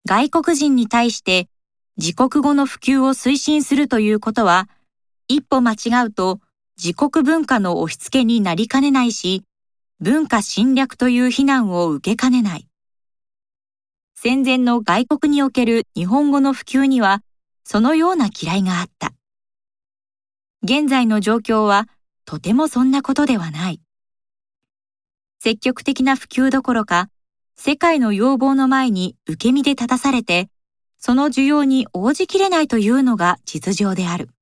外国人に対して自国語の普及を推進するということは、一歩間違うと自国文化の押し付けになりかねないし、文化侵略という非難を受けかねない。戦前の外国における日本語の普及には、そのような嫌いがあった。現在の状況は、とてもそんなことではない。積極的な普及どころか、世界の要望の前に受け身で立たされて、その需要に応じきれないというのが実情である。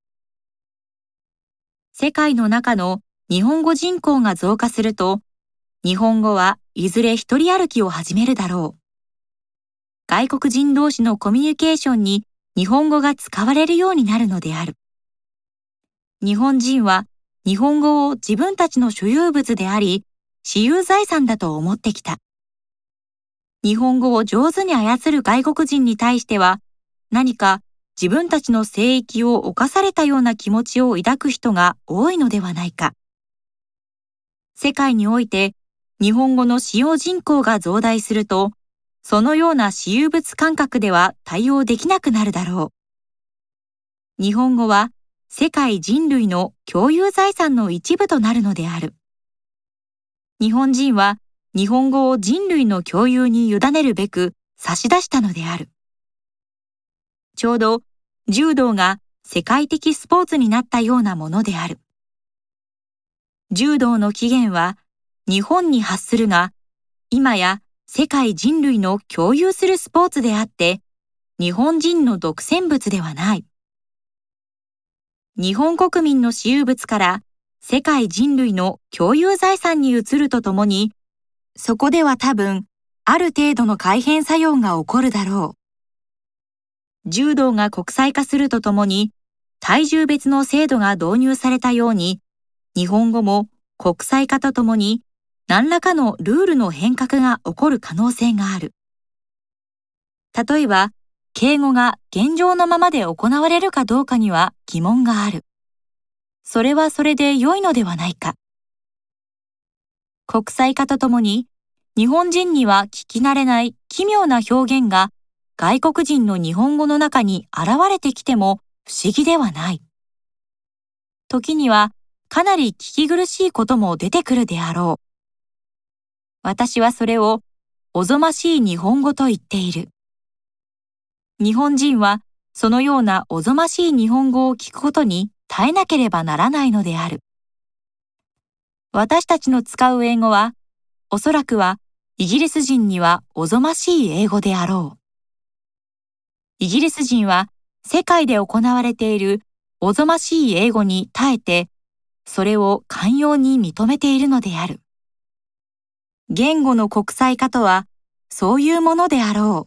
世界の中の日本語人口が増加すると、日本語はいずれ一人歩きを始めるだろう。外国人同士のコミュニケーションに日本語が使われるようになるのである。日本人は日本語を自分たちの所有物であり、私有財産だと思ってきた。日本語を上手に操る外国人に対しては、何か自分たちの聖域を侵されたような気持ちを抱く人が多いのではないか。世界において日本語の使用人口が増大すると、そのような私有物感覚では対応できなくなるだろう。日本語は世界人類の共有財産の一部となるのである。日本人は日本語を人類の共有に委ねるべく差し出したのである。ちょうど柔道が世界的スポーツになったようなものである。柔道の起源は日本に発するが、今や世界人類の共有するスポーツであって、日本人の独占物ではない。日本国民の私有物から世界人類の共有財産に移るとともに、そこでは多分、ある程度の改変作用が起こるだろう。柔道が国際化するとともに、体重別の制度が導入されたように、日本語も国際化とともに、何らかのルールの変革が起こる可能性がある。例えば、敬語が現状のままで行われるかどうかには疑問がある。それはそれで良いのではないか。国際化とともに、日本人には聞き慣れない奇妙な表現が外国人の日本語の中に現れてきても不思議ではない。時にはかなり聞き苦しいことも出てくるであろう。私はそれをおぞましい日本語と言っている。日本人はそのようなおぞましい日本語を聞くことに耐えなければならないのである。私たちの使う英語は、おそらくはイギリス人にはおぞましい英語であろう。イギリス人は世界で行われているおぞましい英語に耐えて、それを寛容に認めているのである。言語の国際化とは、そういうものであろ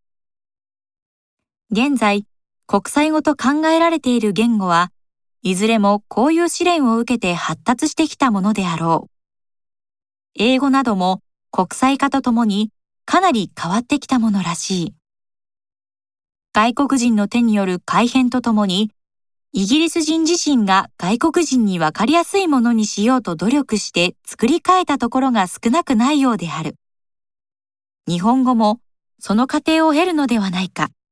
う。現在、国際語と考えられている言語は、いずれもこういう試練を受けて発達してきたものであろう。英語なども国際化とともにかなり変わってきたものらしい。外国人の手による改変とともに、イギリス人自身が外国人にわかりやすいものにしようと努力して作り変えたところが少なくないようである。日本語もその過程を経るのではないか。